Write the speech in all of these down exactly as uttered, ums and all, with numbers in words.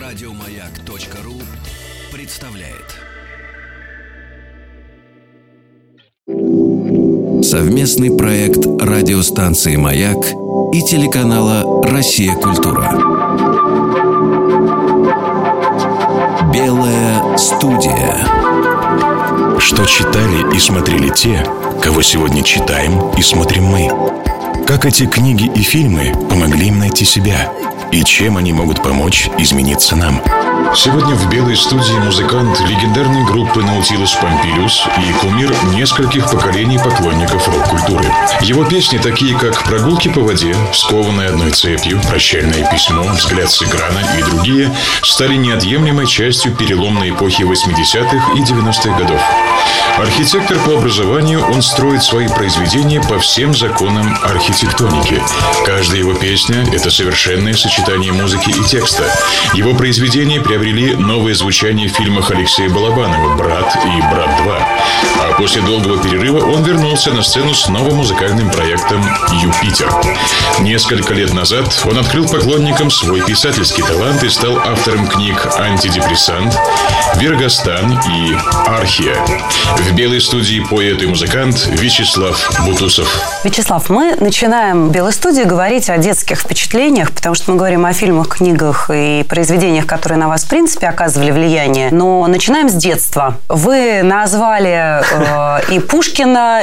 Радиомаяк.ру представляет. Совместный проект радиостанции «Маяк» и телеканала «Россия. Культура». Белая студия. Что читали и смотрели те, кого сегодня читаем и смотрим мы? Как эти книги и фильмы помогли им найти себя? И чем они могут помочь измениться нам? Сегодня в «Белой студии» музыкант легендарной группы «Наутилус Помпилиус» и кумир нескольких поколений поклонников рок-культуры. Его песни, такие как «Прогулки по воде», «Скованные одной цепью», «Прощальное письмо», «Взгляд с экрана» и другие, стали неотъемлемой частью переломной эпохи восьмидесятых и девяностых годов. Архитектор по образованию, он строит свои произведения по всем законам архитектоники. Каждая его песня – это совершенное сочетание музыки и текста. Его произведения приобрели новое звучание в фильмах Алексея Балабанова «Брат» и «Брат два». А после долгого перерыва он вернулся на сцену с новым музыкальным проектом «Юпитер». Несколько лет назад он открыл поклонникам свой писательский талант и стал автором книг «Антидепрессант», «Вергостан» и «Архия». В «Белой студии» поэт и музыкант Вячеслав Бутусов. Вячеслав, мы начинаем в «Белой студии» говорить о детских впечатлениях, потому что мы говорим о фильмах, книгах и произведениях, которые на вас, в принципе, оказывали влияние. Но начинаем с детства. Вы назвали э, и Пушкина,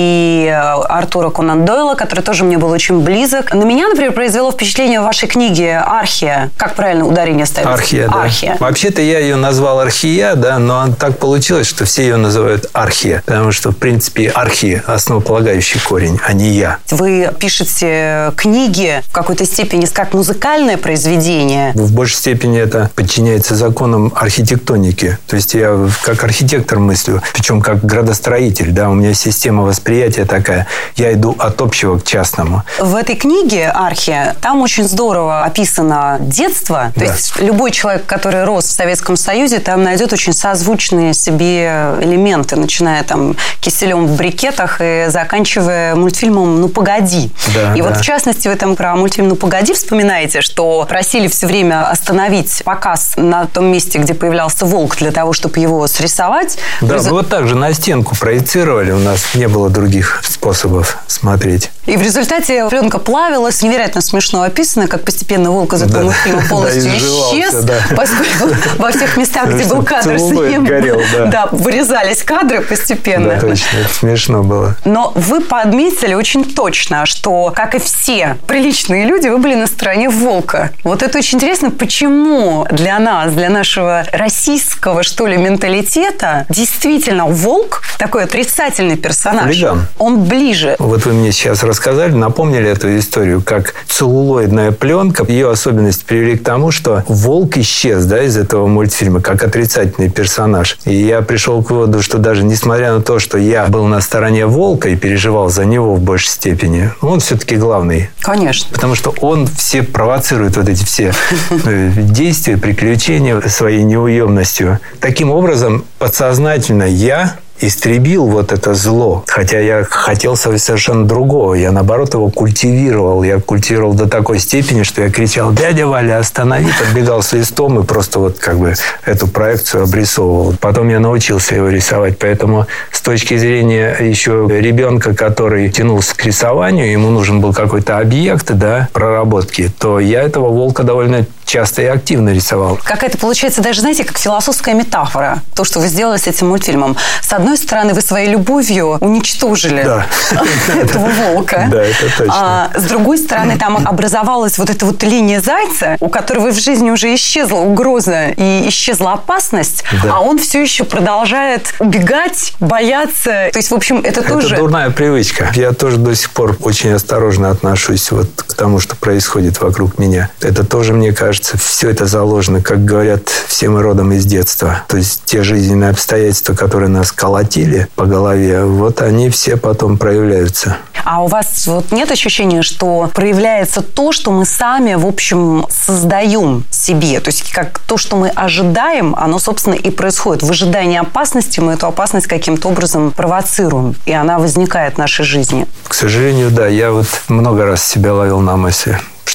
и Артура Конан Дойла, который тоже мне был очень близок. На меня, например, произвело впечатление в вашей книге «Архия». Как правильно ударение ставить? Архия, да. Архия. Вообще-то я ее назвал «Архия», да, но так получилось, что все ее называют «Архия», потому что, в принципе, «архи» – основополагающий корень, а не «я». Вы пишете книги в какой-то степени как музыкальное произведение. В большей степени это подчиняется законам архитектоники. То есть я как архитектор мыслю, причем как градостроитель, да, у меня система восприятия такая. Я иду от общего к частному. В этой книге «Архия» там очень здорово описано детство. То да. есть любой человек, который рос в Советском Союзе, там найдет очень созвучные себе элементы, начиная там киселем в брикетах и заканчивая мультфильмом «Ну, погоди». Да, и да. вот в частности вы там про мультфильм «Ну, погоди» вспоминаете, что просили все время остановить показ на том месте, где появлялся волк, для того, чтобы его срисовать. Да, Резу... мы вот так же на стенку проецировали, у нас не было других способов смотреть. И в результате пленка плавилась, невероятно смешно описано, как постепенно волк из этого да. мультфильма полностью да, исчез, да. поскольку во всех местах, где был кадр с ним, горел, да. да, вырезались кадры постепенно. Да, точно, это смешно было. Но вы подметили очень точно, что, как и все приличные люди, вы были на стороне волка. Вот это очень интересно, почему для нас, для нашего российского, что ли, менталитета, действительно волк, такой отрицательный персонаж, Хулиган. Он ближе. Вот вы мне сейчас рассказали, напомнили эту историю, как целлулоидная пленка, ее особенность привели к тому, что волк исчез, да, из этого мультфильма, как отрицательный персонаж. И я пришел к выводу, что даже несмотря на то, что я был на стороне волка и переживал за него в большей степени, он все-таки главный. Конечно. Потому что он все провоцирует вот эти все действия, приключения своей неуемностью. Таким образом, подсознательно я истребил вот это зло. Хотя я хотел совершенно другого. Я, наоборот, его культивировал. Я культивировал до такой степени, что я кричал: «Дядя Валя, останови!» Подбегал с листом и просто вот как бы эту проекцию обрисовывал. Потом я научился его рисовать. Поэтому с точки зрения еще ребенка, который тянулся к рисованию, ему нужен был какой-то объект, да, проработки, то я этого волка довольно часто и активно рисовал. Какая-то получается даже, знаете, как философская метафора. То, что вы сделали с этим мультфильмом. С одной стороны, вы своей любовью уничтожили да. этого волка. Да, это точно. А с другой стороны, там образовалась вот эта вот линия зайца, у которого в жизни уже исчезла угроза и исчезла опасность, да. а он все еще продолжает убегать, бояться. То есть, в общем, это, это тоже... Это дурная привычка. Я тоже до сих пор очень осторожно отношусь вот к тому, что происходит вокруг меня. Это тоже, мне кажется, все это заложено, как говорят, все мы родом из детства. То есть те жизненные обстоятельства, которые нас колотили по голове, вот они все потом проявляются. А у вас вот нет ощущения, что проявляется то, что мы сами, в общем, создаем себе? То есть как то, что мы ожидаем, оно, собственно, и происходит. В ожидании опасности мы эту опасность каким-то образом провоцируем, и она возникает в нашей жизни. К сожалению, да. Я вот много раз себя ловил на мысли, что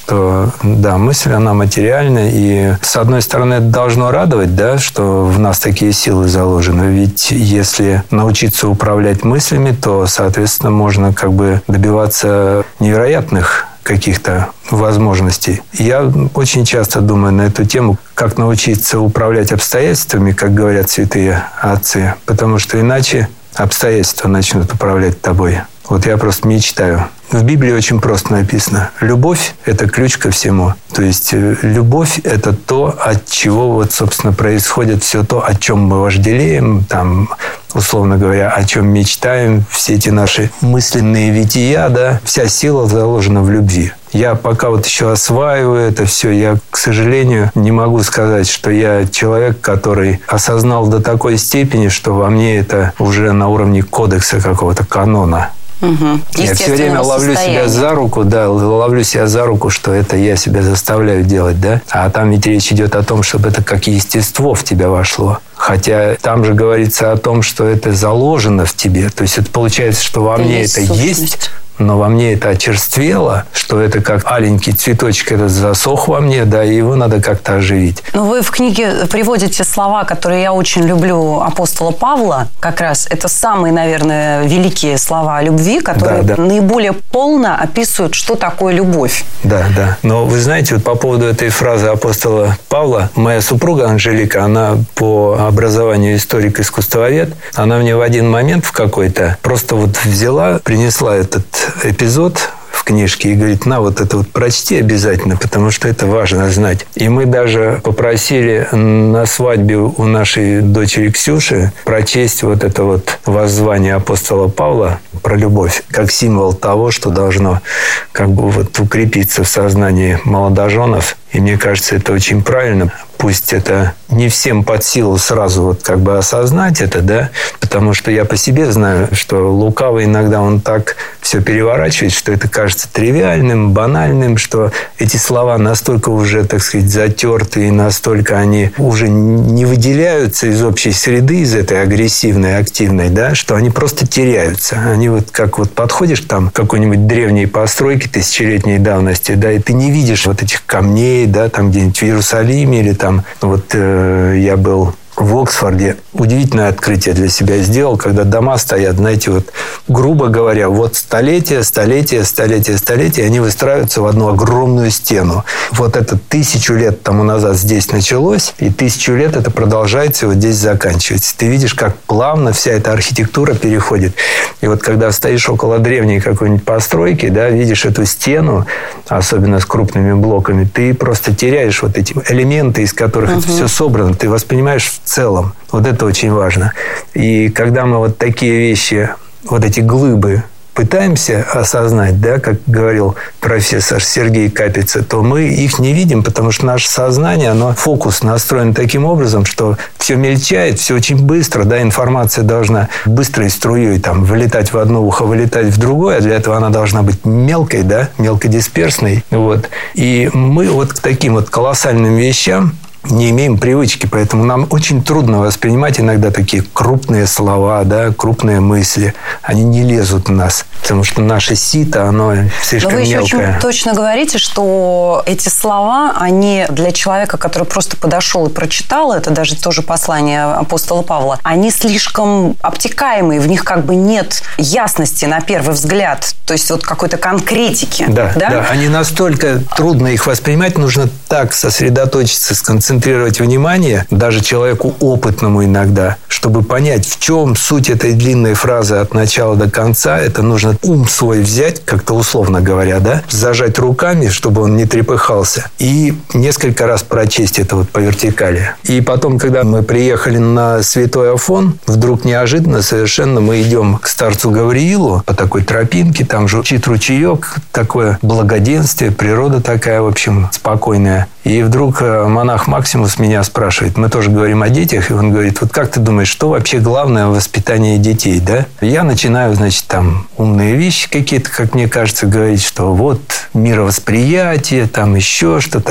что, да, мысль, она материальна, и, с одной стороны, это должно радовать, да, что в нас такие силы заложены, ведь если научиться управлять мыслями, то, соответственно, можно как бы добиваться невероятных каких-то возможностей. Я очень часто думаю на эту тему, как научиться управлять обстоятельствами, как говорят святые отцы, потому что иначе обстоятельства начнут управлять тобой. Вот я просто мечтаю. В Библии очень просто написано. Любовь – это ключ ко всему. То есть любовь – это то, от чего, вот, собственно, происходит все то, о чем мы вожделеем, там, условно говоря, о чем мечтаем, все эти наши мысленные вития, да, вся сила заложена в любви. Я пока вот еще осваиваю это все, я, к сожалению, не могу сказать, что я человек, который осознал до такой степени, что во мне это уже на уровне кодекса какого-то канона. Угу. Я все время ловлю себя за руку, да, ловлю себя за руку, что это я себя заставляю делать, да. А там ведь речь идет о том, чтобы это как естество в тебя вошло. Хотя там же говорится о том, что это заложено в тебе. То есть это получается, что во мне это есть, но во мне это очерствело, что это как аленький цветочек, это засох во мне, да, и его надо как-то оживить. Но вы в книге приводите слова, которые я очень люблю, апостола Павла. Как раз это самые, наверное, великие слова о любви, которые да, да. наиболее полно описывают, что такое любовь. Да, да. Но вы знаете, вот по поводу этой фразы апостола Павла, моя супруга Анжелика, она по образованию историк-искусствовед, она мне в один момент в какой-то просто вот взяла, принесла этот эпизод в книжке и говорит, на, вот это вот прочти обязательно, потому что это важно знать. И мы даже попросили на свадьбе у нашей дочери Ксюши прочесть вот это вот воззвание апостола Павла про любовь, как символ того, что должно как бы вот укрепиться в сознании молодоженов. И мне кажется, это очень правильно. Пусть это не всем под силу сразу вот как бы осознать это, да, потому что я по себе знаю, что лукавый иногда он так все переворачивает, что это кажется тривиальным, банальным, что эти слова настолько уже, так сказать, затерты, и настолько они уже не выделяются из общей среды, из этой агрессивной, активной, да, что они просто теряются. Они вот как вот подходишь там к какой-нибудь древней постройке тысячелетней давности, да, и ты не видишь вот этих камней, да, там где-нибудь в Иерусалиме или там, вот э, я был в Оксфорде. Удивительное открытие для себя сделал, когда дома стоят, знаете, вот, грубо говоря, вот столетия, столетия, столетия, столетия, они выстраиваются в одну огромную стену. Вот это тысячу лет тому назад здесь началось, и тысячу лет это продолжается, и вот здесь заканчивается. Ты видишь, как плавно вся эта архитектура переходит. И вот когда стоишь около древней какой-нибудь постройки, да, видишь эту стену, особенно с крупными блоками, ты просто теряешь вот эти элементы, из которых угу. это все собрано. Ты воспринимаешь в целом. Вот это очень важно. И когда мы вот такие вещи, вот эти глыбы пытаемся осознать, да, как говорил профессор Сергей Капица, то мы их не видим, потому что наше сознание, оно фокус настроен таким образом, что все мельчает, все очень быстро, да, информация должна быстрой струей там вылетать в одно ухо, вылетать в другое, а для этого она должна быть мелкой, да, мелкодисперсной, вот. И мы вот к таким вот колоссальным вещам не имеем привычки, поэтому нам очень трудно воспринимать иногда такие крупные слова, да, крупные мысли. Они не лезут в нас, потому что наше сито, оно слишком мелкое. Но вы еще очень точно говорите, что эти слова, они для человека, который просто подошел и прочитал, это даже тоже послание апостола Павла, они слишком обтекаемые, в них как бы нет ясности на первый взгляд, то есть вот какой-то конкретики. Да, да, да. Они настолько трудно их воспринимать, нужно так сосредоточиться, сконцентрироваться, концентрировать внимание, даже человеку опытному иногда, чтобы понять, в чем суть этой длинной фразы от начала до конца. Это нужно ум свой взять, как-то условно говоря, да, зажать руками, чтобы он не трепыхался, и несколько раз прочесть это вот по вертикали. И потом, когда мы приехали на Святой Афон, вдруг неожиданно совершенно мы идем к старцу Гавриилу по такой тропинке, там журчит ручеек, такое благоденствие, природа такая, в общем, спокойная. И вдруг монах Максимус меня спрашивает, мы тоже говорим о детях, и он говорит, вот как ты думаешь, что вообще главное в воспитании детей, да? Я начинаю, значит, там умные вещи какие-то, как мне кажется, говорить, что вот мировосприятие, там еще что-то.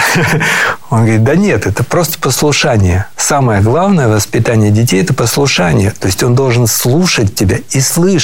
Он говорит, да нет, это просто послушание. Самое главное в воспитании детей – это послушание. То есть он должен слушать тебя и слышать.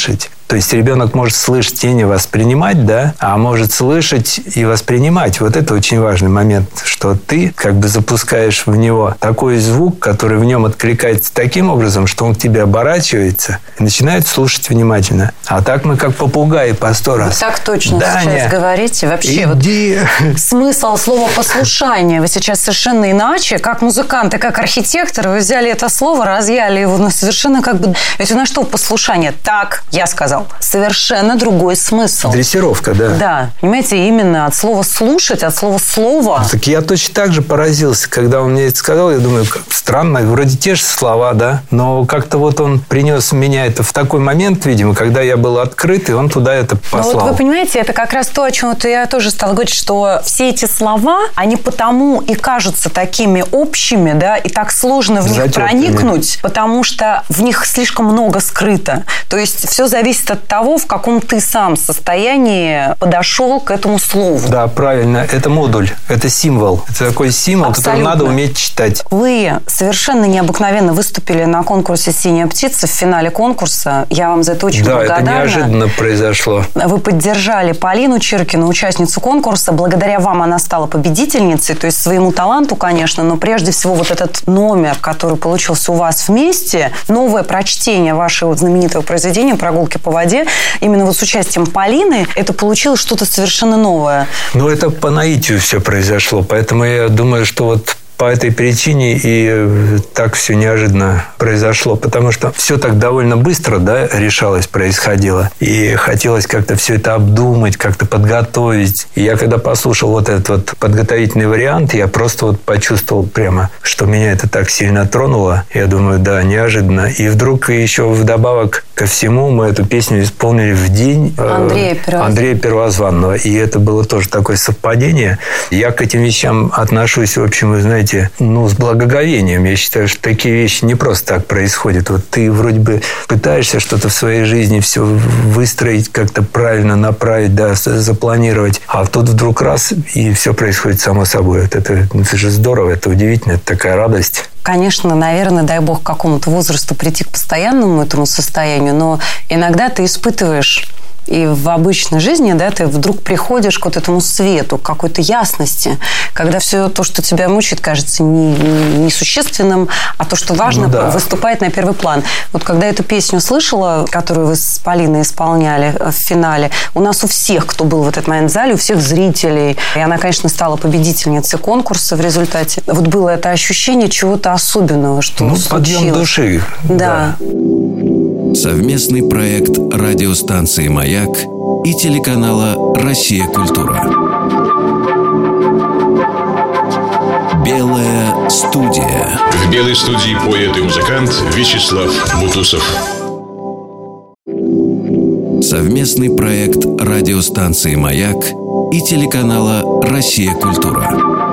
То есть ребенок может слышать и не воспринимать, да, а может слышать и воспринимать. Вот это очень важный момент, что ты как бы запускаешь в него такой звук, который в нем откликается таким образом, что он к тебе оборачивается и начинает слушать внимательно. А так мы как попугаи по сто раз. Вы так точно Даня, сейчас говорите. Вообще иди. Вот смысл слова «послушание» вы сейчас совершенно иначе, как музыкант и как архитектор, вы взяли это слово, разъяли его на совершенно как бы... Ведь на что послушание? Так, я сказал. Совершенно другой смысл. Дрессировка, да. Да. Понимаете, именно от слова «слушать», от слова «слово». Так я точно так же поразился, когда он мне это сказал. Я думаю, странно, вроде те же слова, да, но как-то вот он принес меня это в такой момент, видимо, когда я был открыт, и он туда это послал. Ну, вот вы понимаете, это как раз то, о чем вот я тоже стала говорить, что все эти слова, они потому и кажутся такими общими, да, и так сложно в них Затертыми. проникнуть, потому что в них слишком много скрыто. То есть все зависит от того, в каком ты сам состоянии подошел к этому слову. Да, правильно. Это модуль, это символ. Это такой символ, Абсолютно. который надо уметь читать. Вы совершенно необыкновенно выступили на конкурсе «Синяя птица» в финале конкурса. Я вам за это очень да, благодарна. Да, это неожиданно произошло. Вы поддержали Полину Чиркину, участницу конкурса. Благодаря вам она стала победительницей, то есть своему таланту, конечно, но прежде всего вот этот номер, который получился у вас вместе, новое прочтение вашего знаменитого произведения «Прогулки по воде», именно вот с участием Полины, это получилось что-то совершенно новое. Ну, это по наитию все произошло, поэтому я думаю, что вот по этой причине и так все неожиданно произошло, потому что все так довольно быстро, да, решалось, происходило. И хотелось как-то все это обдумать, как-то подготовить. И я когда послушал вот этот вот подготовительный вариант, я просто вот почувствовал прямо, что меня это так сильно тронуло. Я думаю, да, неожиданно. И вдруг еще вдобавок ко всему мы эту песню исполнили в день Андрея Первозванного. Андрея Первозванного. И это было тоже такое совпадение. Я к этим вещам отношусь, в общем, вы знаете, ну, с благоговением. Я считаю, что такие вещи не просто так происходят. Вот ты вроде бы пытаешься что-то в своей жизни все выстроить, как-то правильно направить, да, запланировать, а тут вдруг раз, и все происходит само собой. Это, это, это же здорово, это удивительно, это такая радость. Конечно, наверное, дай бог, к какому-то возрасту прийти к постоянному этому состоянию, но иногда ты испытываешь... И в обычной жизни, да, ты вдруг приходишь к вот этому свету, к какой-то ясности, когда все то, что тебя мучает, кажется не, не, несущественным, а то, что важно, ну, да. выступает на первый план. Вот когда эту песню слышала, которую вы с Полиной исполняли в финале, у нас у всех, кто был в этот момент в зале, у всех зрителей, и она, конечно, стала победительницей конкурса в результате. Вот было это ощущение чего-то особенного, что ну, случилось. Подъем души. Да. да. Совместный проект радиостанции «Маяк» и телеканала «Россия. Культура». Белая студия. В белой студии поэт и музыкант Вячеслав Бутусов. Совместный проект радиостанции «Маяк» и телеканала «Россия. Культура».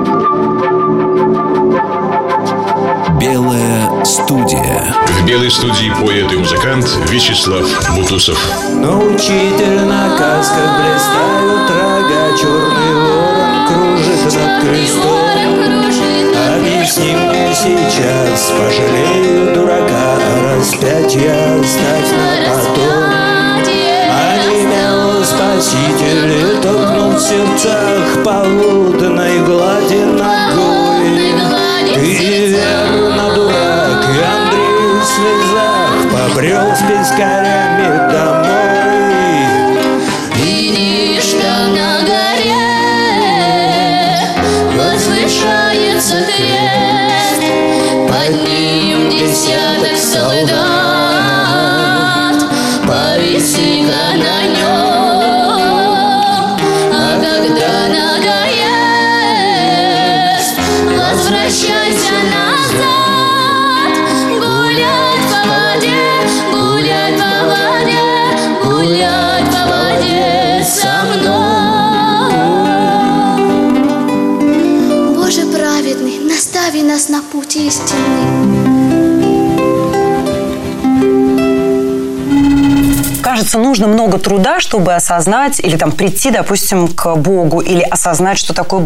Белая студия. В белой студии поэт и музыкант Вячеслав Бутусов. Научительно каска блистают рога, черный ворон кружит над крестом. Объясни мне сейчас, пожалею дурака, распятье оставь на потом. Онемел спаситель, толкнул в сердцах полудной глади ногой. Ты верно дурак, и Андрей в слезах побрел с пескарями домой. Видишь, там на горе возвышается крест, под ним десяток солдат, повиси-ка на нем. А когда нога ест, возвращайся назад, гулять по воде, гулять по воде, гулять по воде со мной. Боже праведный, настави нас на путь истинный. Кажется, нужно много труда, чтобы осознать или там прийти, допустим, к Богу или осознать, что такое Бог.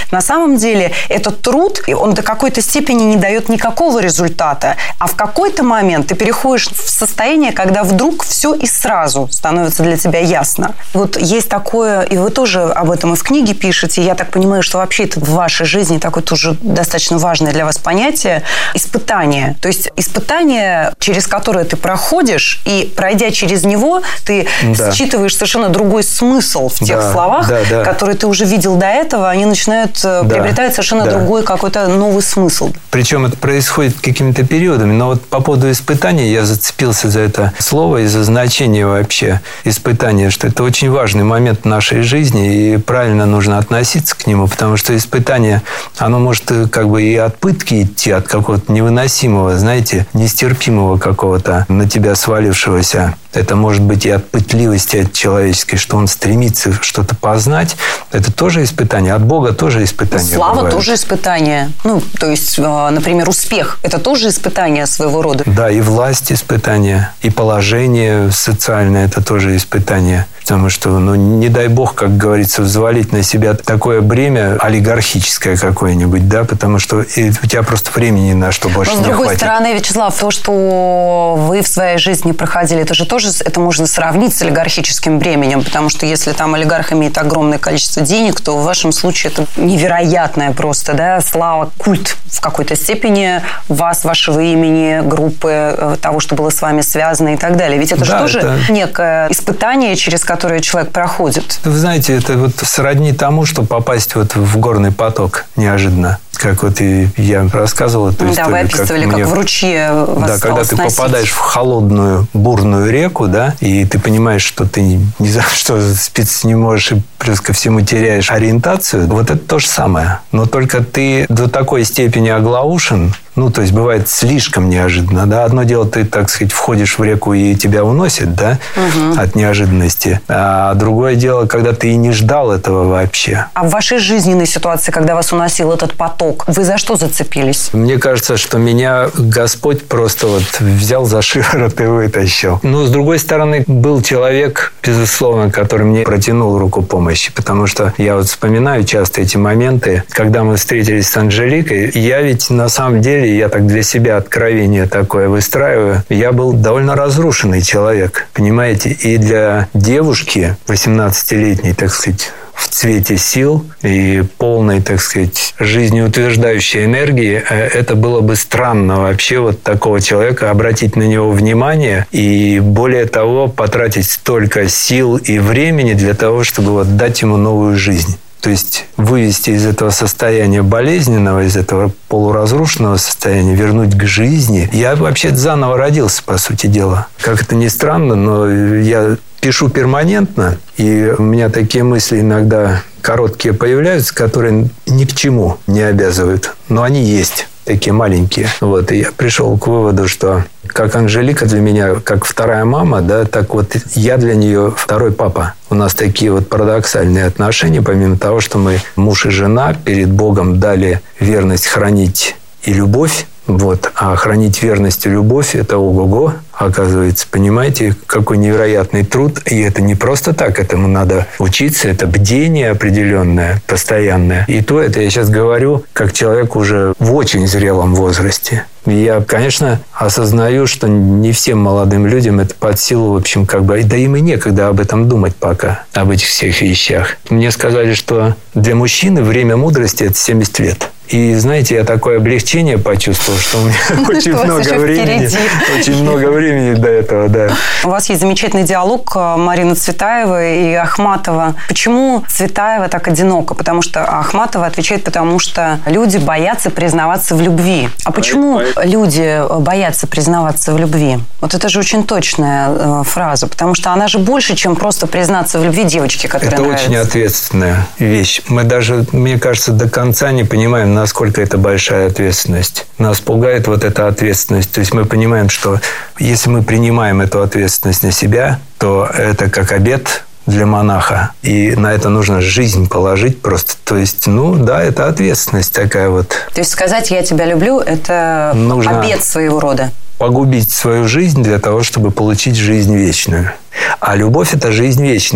на самом деле этот труд, он до какой-то степени не дает никакого результата. А в какой-то момент ты переходишь в состояние, когда вдруг все и сразу становится для тебя ясно. Вот есть такое, и вы тоже об этом и в книге пишете, я так понимаю, что вообще это в вашей жизни такое тоже достаточно важное для вас понятие – испытание. То есть испытание, через которое ты проходишь, и пройдя через него, ты да. считываешь совершенно другой смысл в тех да, словах, да, да. которые ты уже видел до этого, они начинают да, приобретать совершенно да. другой какой-то новый смысл. Причем это происходит какими-то периодами. Но вот по поводу испытания я зацепился за это слово и за значение вообще испытания, что это очень важный момент в нашей жизни, и правильно нужно относиться к нему, потому что испытание, оно может как бы и от пытки идти, от какого-то невыносимого, знаете, нестерпимого какого-то на тебя свалившегося. Это может быть и от пытливости, от человеческой, что он стремится что-то познать. Это тоже испытание. От Бога тоже испытание. Слава бывает. Тоже испытание. Ну, то есть, например, успех – это тоже испытание своего рода. Да, и власть – испытание, и положение социальное – это тоже испытание. Потому что, ну, не дай Бог, как говорится, взвалить на себя такое бремя олигархическое какое-нибудь, да, потому что у тебя просто времени на что больше не хватит. Но, с другой стороны, Вячеслав, то, что вы в своей жизни проходили, это же тоже это можно сравнить с олигархическим бременем, потому что если там олигарх имеет огромное количество денег, то в вашем случае это невероятная просто, да, слава, культ в какой-то степени вас, вашего имени, группы, того, что было с вами связано и так далее. Ведь это да, же тоже это... некое испытание, через которое человек проходит. Вы знаете, это вот сродни тому, что попасть вот в горный поток неожиданно. Как вот и я рассказывал эту да, историю. Вы описывали, как, как, мне... в ручье вас Да, когда ты сносить. попадаешь в холодную, бурную реку, да, и ты понимаешь, что ты ни, ни за что спиться не можешь, и плюс ко всему теряешь ориентацию, вот это то же самое. Но только ты до такой степени оглаушен, ну, то есть, бывает слишком неожиданно, да. Одно дело, ты, так сказать, входишь в реку, и тебя уносит, да, угу. от неожиданности. А другое дело, когда ты и не ждал этого вообще. А в вашей жизненной ситуации, когда вас уносил этот поток, вы за что зацепились? Мне кажется, что меня Господь просто вот взял за шиворот и вытащил. Ну, с другой стороны, был человек, безусловно, который мне протянул руку помощи, потому что я вот вспоминаю часто эти моменты, когда мы встретились с Анжеликой. Я ведь на самом деле, я так для себя откровение такое выстраиваю, я был довольно разрушенный человек, понимаете? И для девушки восемнадцатилетней, так сказать, в цвете сил и полной, так сказать, жизнеутверждающей энергии, это было бы странно вообще вот такого человека обратить на него внимание и, более того, потратить столько сил и времени для того, чтобы вот дать ему новую жизнь. То есть вывести из этого состояния болезненного, из этого полуразрушенного состояния, вернуть к жизни. Я вообще заново родился, по сути дела. Как это ни странно, но я пишу перманентно, и у меня такие мысли иногда короткие появляются, которые ни к чему не обязывают, но они есть. Такие маленькие. Вот. И я пришел к выводу, что как Анжелика для меня, как вторая мама, да, так вот я для нее второй папа. У нас такие вот парадоксальные отношения, помимо того, что мы муж и жена перед Богом дали верность хранить и любовь. Вот. А хранить верность и любовь – это ого-го, оказывается. Понимаете, какой невероятный труд. И это не просто так, этому надо учиться. Это бдение определенное, постоянное. И то это я сейчас говорю, как человек уже в очень зрелом возрасте. И я, конечно, осознаю, что не всем молодым людям это под силу, в общем, как бы, да им и некогда об этом думать пока, об этих всех вещах. Мне сказали, что для мужчины время мудрости – это семьдесят лет. И, знаете, я такое облегчение почувствовал, что у меня очень много времени. Очень много времени до этого, да. У вас есть замечательный диалог Марины Цветаевой и Ахматова. Почему Цветаева так одинока? Потому что Ахматова отвечает, потому что люди боятся признаваться в любви. А почему люди боятся признаваться в любви? Вот это же очень точная фраза, потому что она же больше, чем просто признаться в любви девочки, которая это нравится. Это очень ответственная вещь. Мы даже, мне кажется, до конца не понимаем, насколько это большая ответственность. Нас пугает вот эта ответственность. То есть мы понимаем, что если мы принимаем эту ответственность на себя, то это как обет для монаха. И на это нужно жизнь положить просто. То есть, ну да, это ответственность такая вот. То есть сказать «я тебя люблю» – это нужно обет своего рода. Погубить свою жизнь для того, чтобы получить жизнь вечную. А любовь – это жизнь вечная.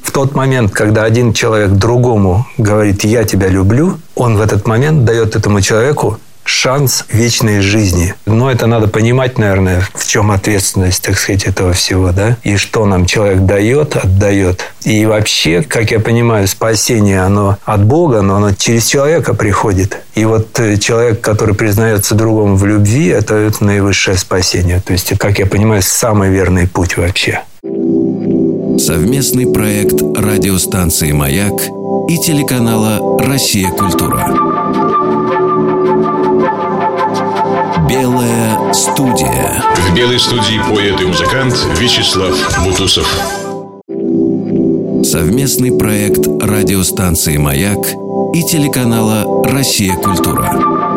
в тот момент, когда один человек другому говорит «я тебя люблю», он в этот момент дает этому человеку шанс вечной жизни. Но это надо понимать, наверное, в чем ответственность, так сказать, этого всего, да? И что нам человек дает, отдает. И вообще, как я понимаю, спасение, оно от Бога, но оно через человека приходит. И вот человек, который признается другому в любви, это, это наивысшее спасение. То есть, как я понимаю, самый верный путь вообще. Совместный проект радиостанции «Маяк» и телеканала «Россия. Культура». Белая студия. В белой студии поэт и музыкант Вячеслав Бутусов. Совместный проект радиостанции «Маяк» и телеканала «Россия. Культура».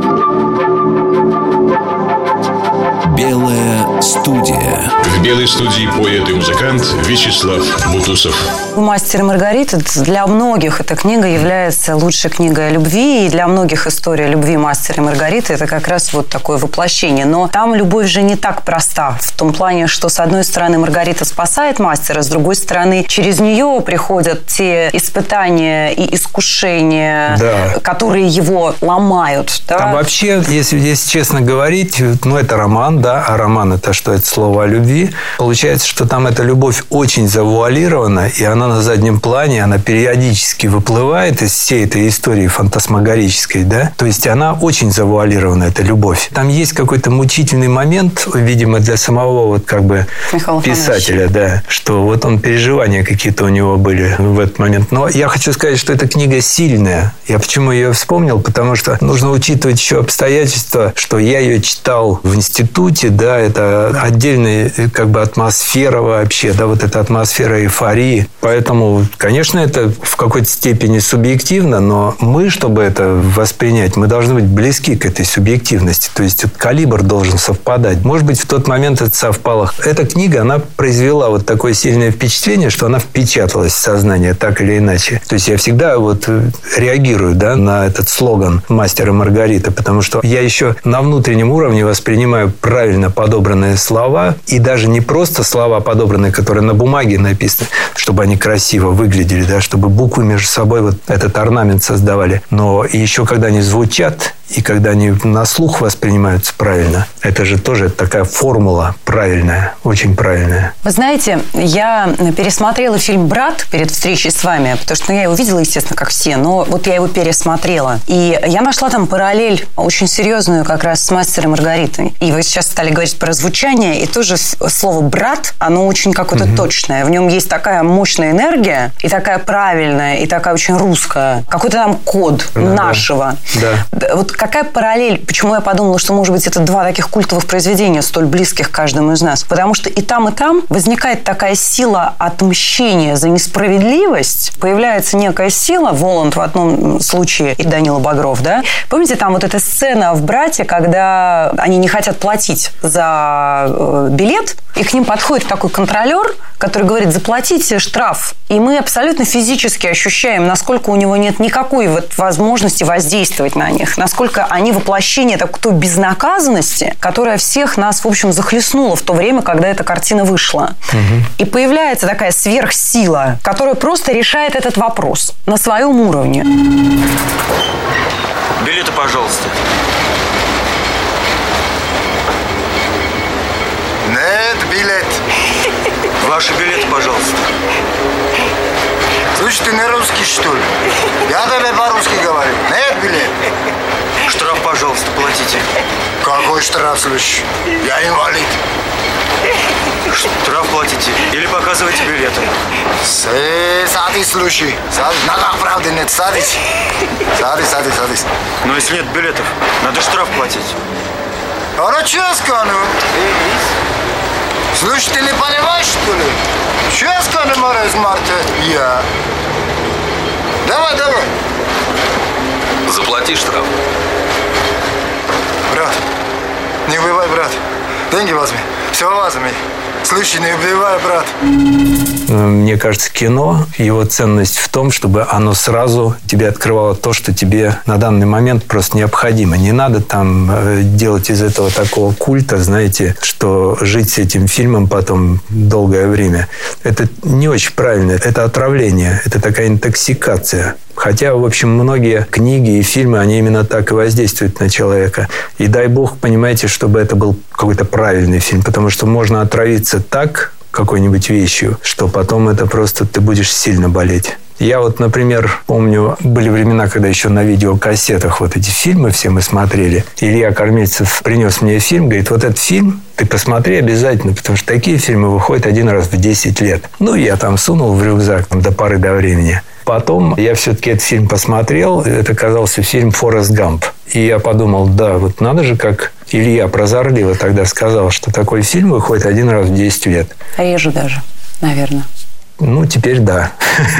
Белая студия. В белой студии поэт и музыкант Вячеслав Бутусов. «Мастер и Маргарита» для многих эта книга является лучшей книгой о любви, и для многих история любви «Мастера и Маргариты» – это как раз вот такое воплощение. Но там любовь же не так проста, в том плане, что с одной стороны Маргарита спасает мастера, с другой стороны через нее приходят те испытания и искушения, да, которые его ломают. Да? Там вообще, если, если честно говорить, ну это роман, да, а роман – это что? Это слово о любви. Получается, что там эта любовь очень завуалирована, и она на заднем плане, она периодически выплывает из всей этой истории фантасмагорической, да? То есть, она очень завуалирована, эта любовь. Там есть какой-то мучительный момент, видимо, для самого вот как бы Михаила писателя, да, что вот он, переживания какие-то у него были в этот момент. Но я хочу сказать, что эта книга сильная. Я почему ее вспомнил? Потому что нужно учитывать еще обстоятельства, что я ее читал в институте, да, это отдельная как бы атмосфера вообще, да, вот эта атмосфера эйфории. Поэтому, конечно, это в какой-то степени субъективно, но мы, чтобы это воспринять, мы должны быть близки к этой субъективности. То есть, калибр должен совпадать. Может быть, в тот момент это совпало. Эта книга, она произвела вот такое сильное впечатление, что она впечаталась в сознание так или иначе. То есть, я всегда вот реагирую, да, на этот слоган «Мастер и Маргарита», потому что я еще на внутреннем уровне воспринимаю правильно подобранные слова, и даже не просто слова подобранные, которые на бумаге написаны, чтобы они красиво выглядели, да, чтобы буквы между собой вот этот орнамент создавали. Но еще когда они звучат, и когда они на слух воспринимаются правильно, это же тоже такая формула правильная, очень правильная. Вы знаете, я пересмотрела фильм «Брат» перед встречей с вами, потому что ну, я его видела, естественно, как все, но вот я его пересмотрела. И я нашла там параллель очень серьезную как раз с «Мастером и Маргаритой». И вы сейчас стали говорить про звучание, и тоже слово «брат», оно очень какое-то угу. точное. В нем есть такая мощная энергия, и такая правильная, и такая очень русская. Какой-то там код да, нашего. Да. Вот какая параллель? Почему я подумала, что, может быть, это два таких культовых произведения, столь близких каждому из нас? Потому что и там, и там возникает такая сила отмщения за несправедливость. Появляется некая сила, Воланд в одном случае и Данила Багров, да? Помните, там вот эта сцена в «Брате», когда они не хотят платить за билет, и к ним подходит такой контролер, который говорит: заплатите штраф. И мы абсолютно физически ощущаем, насколько у него нет никакой вот возможности воздействовать на них, насколько они воплощение такой безнаказанности, которая всех нас, в общем, захлестнула в то время, когда эта картина вышла. Угу. И появляется такая сверхсила, которая просто решает этот вопрос на своем уровне. Билеты, пожалуйста. Нет, билет. Ваши билеты, пожалуйста. Слушай, ты не русский, что ли? Я тебе по-русски говорю. Нет, билет. Штраф, пожалуйста, платите. Какой штраф, слушай? Я инвалид. Штраф платите или показывайте билеты. Садись, слушай. Садись. Нога, правда, нет, садись. Садись, садись, садись. Но если нет билетов, надо штраф платить. А что я скажу? Слушай, ты не понимаешь, что ли? Что я скажу, Морез Марта? Я. Давай, давай. Заплати штраф. Брат, не убивай, брат. Деньги возьми. Все возьми. Слушай, не убивай, брат. Мне кажется, кино, его ценность в том, чтобы оно сразу тебе открывало то, что тебе на данный момент просто необходимо. Не надо там делать из этого такого культа, знаете, что жить с этим фильмом потом долгое время. Это не очень правильно. Это отравление, это такая интоксикация. Хотя, в общем, многие книги и фильмы, они именно так и воздействуют на человека. И дай бог, понимаете, чтобы это был какой-то правильный фильм, потому что можно отравиться так какой-нибудь вещью, что потом это просто ты будешь сильно болеть. Я вот, например, помню, были времена, когда еще на видеокассетах вот эти фильмы все мы смотрели. Илья Кормильцев принес мне фильм, говорит, вот этот фильм ты посмотри обязательно, потому что такие фильмы выходят один раз в десять лет. Ну, я там сунул в рюкзак там, до поры до времени. Потом я все-таки этот фильм посмотрел. Это оказался фильм «Форест Гамп». И я подумал, да, вот надо же, как Илья прозорливо тогда сказал, что такой фильм выходит один раз в десять лет. Реже даже, наверное. Ну, теперь да.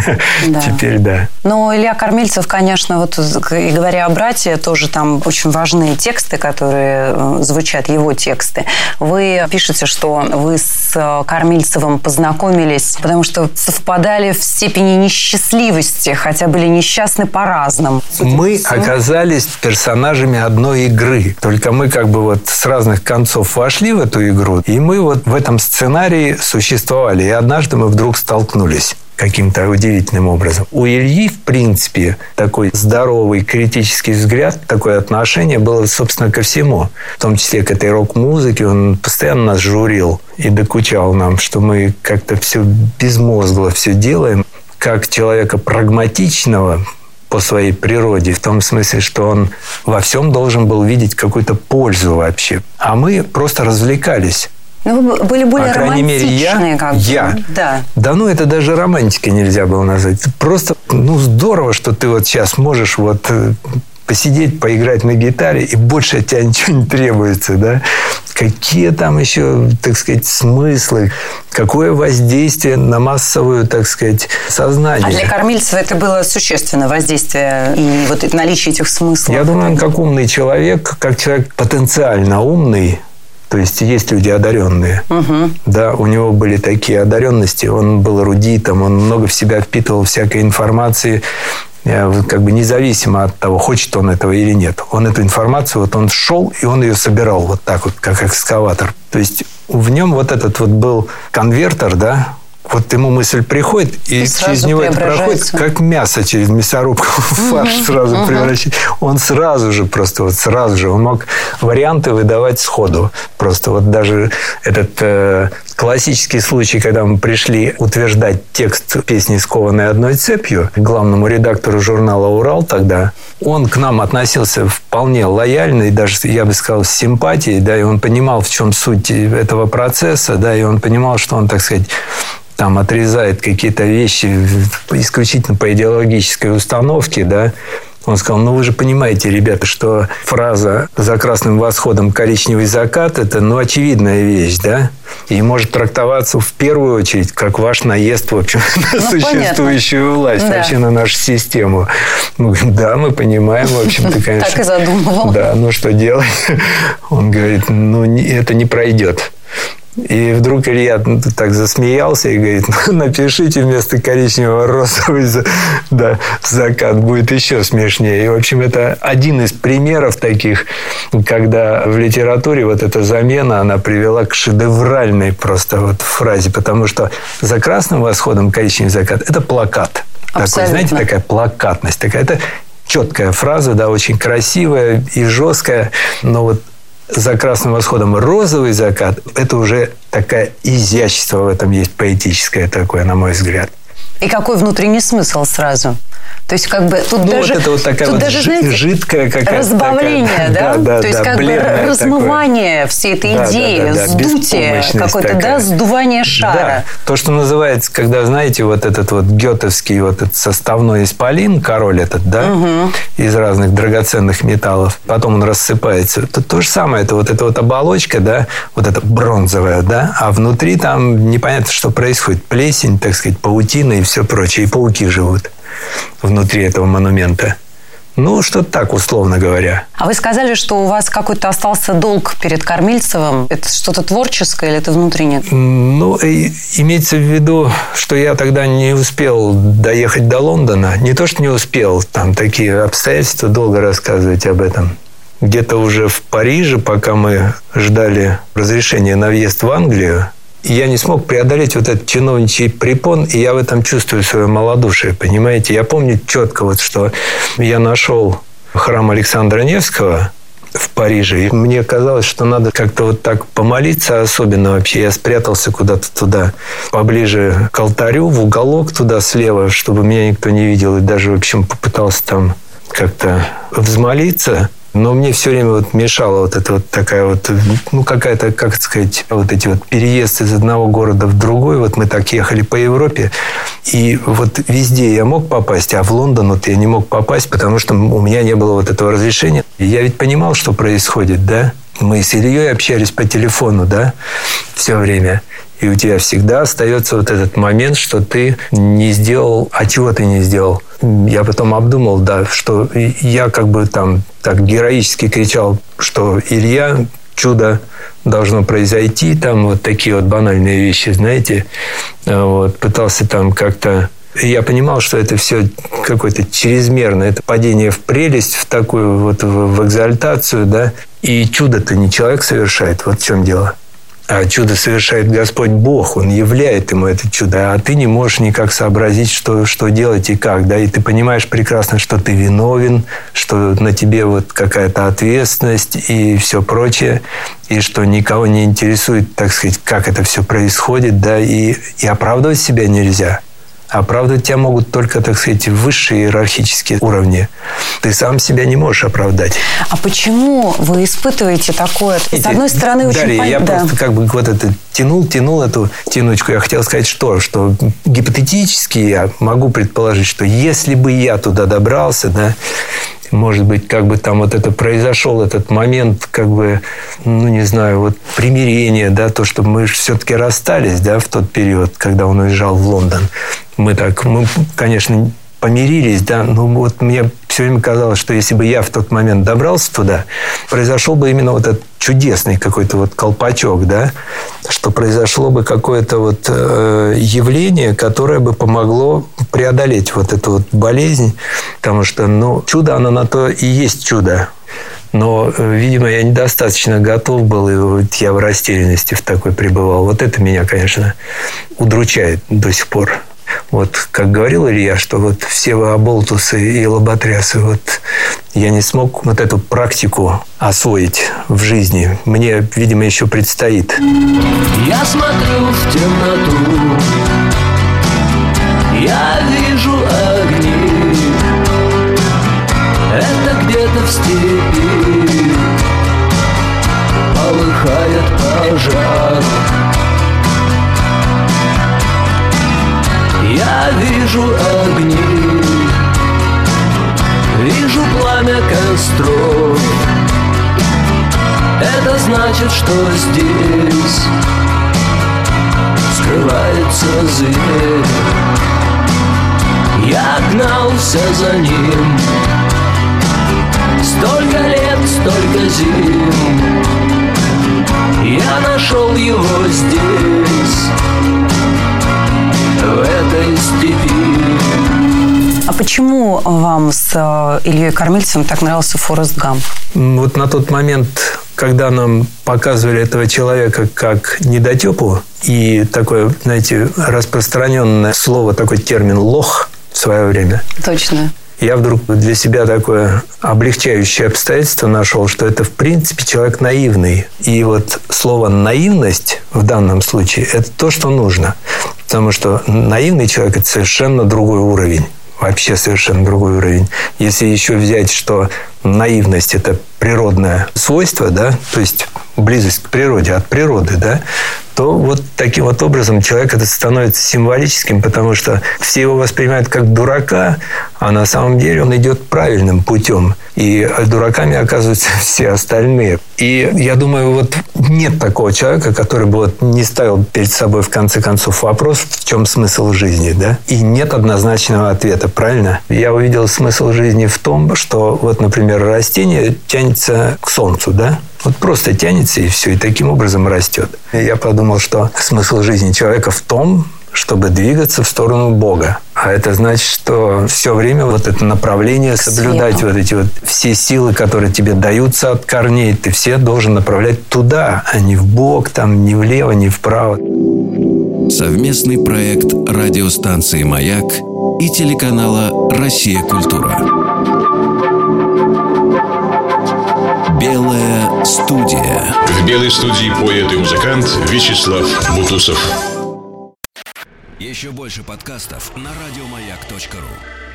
да. Теперь да. Но Илья Кормильцев, конечно, вот и говоря о брате, тоже там очень важные тексты, которые звучат, его тексты. Вы пишете, что вы с Кормильцевым познакомились, потому что совпадали в степени несчастливости, хотя были несчастны по-разному. Мы оказались персонажами одной игры. Только мы как бы вот с разных концов вошли в эту игру, и мы вот в этом сценарии существовали. И однажды мы вдруг столкнулись каким-то удивительным образом. У Ильи, в принципе, такой здоровый критический взгляд, такое отношение было, собственно, ко всему. В том числе к этой рок-музыке. Он постоянно нас журил и докучал нам, что мы как-то все безмозгло все делаем. Как человека прагматичного по своей природе, в том смысле, что он во всем должен был видеть какую-то пользу вообще. А мы просто развлекались. Ну, вы были более По крайней мере, я, как бы. я. Да. да, ну, это даже романтикой нельзя было назвать. Просто, ну, здорово, что ты вот сейчас можешь вот посидеть, поиграть на гитаре, и больше от тебя ничего не требуется, да? Какие там еще, так сказать, смыслы, какое воздействие на массовую, так сказать, сознание. А для Кормильцева это было существенное воздействие и вот наличие этих смыслов? Я думаю, он как умный человек, как человек потенциально умный. То есть, есть люди одаренные. Угу. Да, у него были такие одаренности. Он был эрудитом, он много в себя впитывал всякой информации, как бы независимо от того, хочет он этого или нет. Он эту информацию, вот он шел, и он ее собирал вот так вот, как экскаватор. То есть, в нем вот этот вот был конвертер, да, вот ему мысль приходит, и, и через него это проходит, как мясо через мясорубку в фарш сразу uh-huh. превращает. Он сразу же, просто вот сразу же, он мог варианты выдавать сходу. Просто вот даже этот э, классический случай, когда мы пришли утверждать текст песни «Скованной одной цепью» главному редактору журнала «Урал» тогда, он к нам относился вполне лояльно, и даже, я бы сказал, с симпатией, да, и он понимал, в чем суть этого процесса, да, и он понимал, что он, так сказать, там отрезает какие-то вещи исключительно по идеологической установке, да. Он сказал, ну вы же понимаете, ребята, что фраза «за красным восходом коричневый закат» – это, ну, очевидная вещь, да? И может трактоваться в первую очередь как ваш наезд, в общем, на ну, существующую понятно. власть, да. вообще на нашу систему. Мы говорим, да, мы понимаем, в общем-то, конечно. Так и задумывал. Да, ну что делать? Он говорит, ну это не пройдет. И вдруг Илья так засмеялся и говорит, ну, напишите вместо коричневого розовый да, закат, будет еще смешнее. И, в общем, это один из примеров таких, когда в литературе вот эта замена, она привела к шедевральной просто вот фразе, потому что «за красным восходом коричневый закат» – это плакат. Такой, знаете, такая плакатность. Такая, это четкая фраза, да, очень красивая и жесткая, но вот «за красным восходом розовый закат» – это уже такое изящество в этом есть, поэтическое такое, на мой взгляд. И какой внутренний смысл сразу? То есть, как бы, тут ну, даже, вот это вот такая тут вот даже, знаете, жидкая какая-то разбавление, такая, да? да, да? То есть, да, как бы размывание такое. всей этой да, идеи, да, да, да, сдутие какое-то, да, сдувание шара. Да. То, что называется, когда, знаете, вот этот вот гетовский вот этот составной исполин, король этот, да, угу. из разных драгоценных металлов, потом он рассыпается. Это то же самое, это вот эта вот оболочка, да, вот эта бронзовая, да, а внутри там непонятно, что происходит. Плесень, так сказать, паутина и все прочее. И пауки живут внутри этого монумента. Ну, что-то так, условно говоря. А вы сказали, что у вас какой-то остался долг перед Кормильцевым. Это что-то творческое или это внутреннее? Ну, и, имеется в виду, что я тогда не успел доехать до Лондона. Не то, что не успел, там такие обстоятельства, долго рассказывать об этом. Где-то уже в Париже, пока мы ждали разрешения на въезд в Англию, я не смог преодолеть вот этот чиновничий препон, и я в этом чувствую свое малодушие, понимаете? Я помню четко, вот, что я нашел храм Александра Невского в Париже, и мне казалось, что надо как-то вот так помолиться особенно вообще. Я спрятался куда-то туда, поближе к алтарю, в уголок туда слева, чтобы меня никто не видел, и даже, в общем, попытался там как-то взмолиться. Но мне все время вот мешала вот эта вот такая вот, ну, какая-то, как сказать, вот эти вот переезды из одного города в другой. Вот мы так ехали по Европе, и вот везде я мог попасть, а в Лондон вот я не мог попасть, потому что у меня не было вот этого разрешения. И я ведь понимал, что происходит, да? Мы с Ильей общались по телефону, да, все время. И у тебя всегда остается вот этот момент, что ты не сделал, а чего ты не сделал. Я потом обдумал, да, что я как бы там так героически кричал, что Илья, чудо должно произойти, там вот такие вот банальные вещи, знаете. Вот, пытался там как-то... Я понимал, что это все какое-то чрезмерное, это падение в прелесть, в такую вот в экзальтацию, да. И чудо-то не человек совершает, вот в чем дело. А чудо совершает Господь Бог, Он являет ему это чудо, а ты не можешь никак сообразить, что, что делать и как, да, и ты понимаешь прекрасно, что ты виновен, что на тебе вот какая-то ответственность и все прочее, и что никого не интересует, так сказать, как это все происходит, да, и, и оправдывать себя нельзя. Оправдывать тебя могут только, так сказать, высшие иерархические уровни. Ты сам себя не можешь оправдать. А почему вы испытываете такое? С одной стороны, очень Дарья, понятно. я да. просто как бы вот это тянул, тянул эту тянучку. Я хотел сказать, что, что гипотетически я могу предположить, что если бы я туда добрался, да, может быть, как бы там вот это произошел этот момент, как бы, ну, не знаю, вот примирение, да, то, что мы все-таки расстались, да, в тот период, когда он уезжал в Лондон. Мы так, мы, конечно, помирились, да, но вот мне все время казалось, что если бы я в тот момент добрался туда, произошел бы именно вот этот чудесный какой-то вот колпачок, да, что произошло бы какое-то вот э, явление, которое бы помогло преодолеть вот эту вот болезнь, потому что, ну, чудо, оно на то и есть чудо. Но, видимо, я недостаточно готов был, и вот я в растерянности в такой пребывал. Вот это меня, конечно, удручает до сих пор. Вот, как говорил Илья, что вот все вы оболтусы и лоботрясы, вот я не смог вот эту практику освоить в жизни. Мне, видимо, еще предстоит. Я смотрю в темноту, я вижу огни. Это где-то в степи полыхает пожар. Я вижу огни, вижу пламя костров. Это значит, что здесь скрывается зверь. Я гнался за ним столько лет, столько зим. Я нашел его здесь, в этой степи. А почему вам с Ильей Кормильцевым так нравился «Форест Гамп»? Вот на тот момент, когда нам показывали этого человека как недотепу, и такое, знаете, распространенное слово, такой термин «лох» в свое время. Точно. Я вдруг для себя такое облегчающее обстоятельство нашел, что это, в принципе, человек наивный. И вот слово «наивность» в данном случае – это то, что нужно. Потому что наивный человек – это совершенно другой уровень. Вообще совершенно другой уровень. Если еще взять, что наивность – это природное свойство, да, то есть близость к природе, от природы, да, то вот таким вот образом человек это становится символическим, потому что все его воспринимают как дурака, А на самом деле он идет правильным путем. И дураками оказываются все остальные. И я думаю, вот нет такого человека, который бы вот не ставил перед собой в конце концов вопрос, в чем смысл жизни, да? И нет однозначного ответа, правильно? Я увидел смысл жизни в том, что вот, например, растение тянется к солнцу, да? Вот просто тянется и все, и таким образом растет. И я подумал, что смысл жизни человека в том, чтобы двигаться в сторону Бога. А это значит, что все время вот это направление соблюдать, вот эти вот все силы, которые тебе даются от корней, ты все должен направлять туда, а не в бок, там, ни влево, ни вправо. Совместный проект радиостанции «Маяк» и телеканала «Россия. Культура». Белая студия. В белой студии поэт и музыкант Вячеслав Бутусов. Еще больше подкастов на радиомаяк точка ру.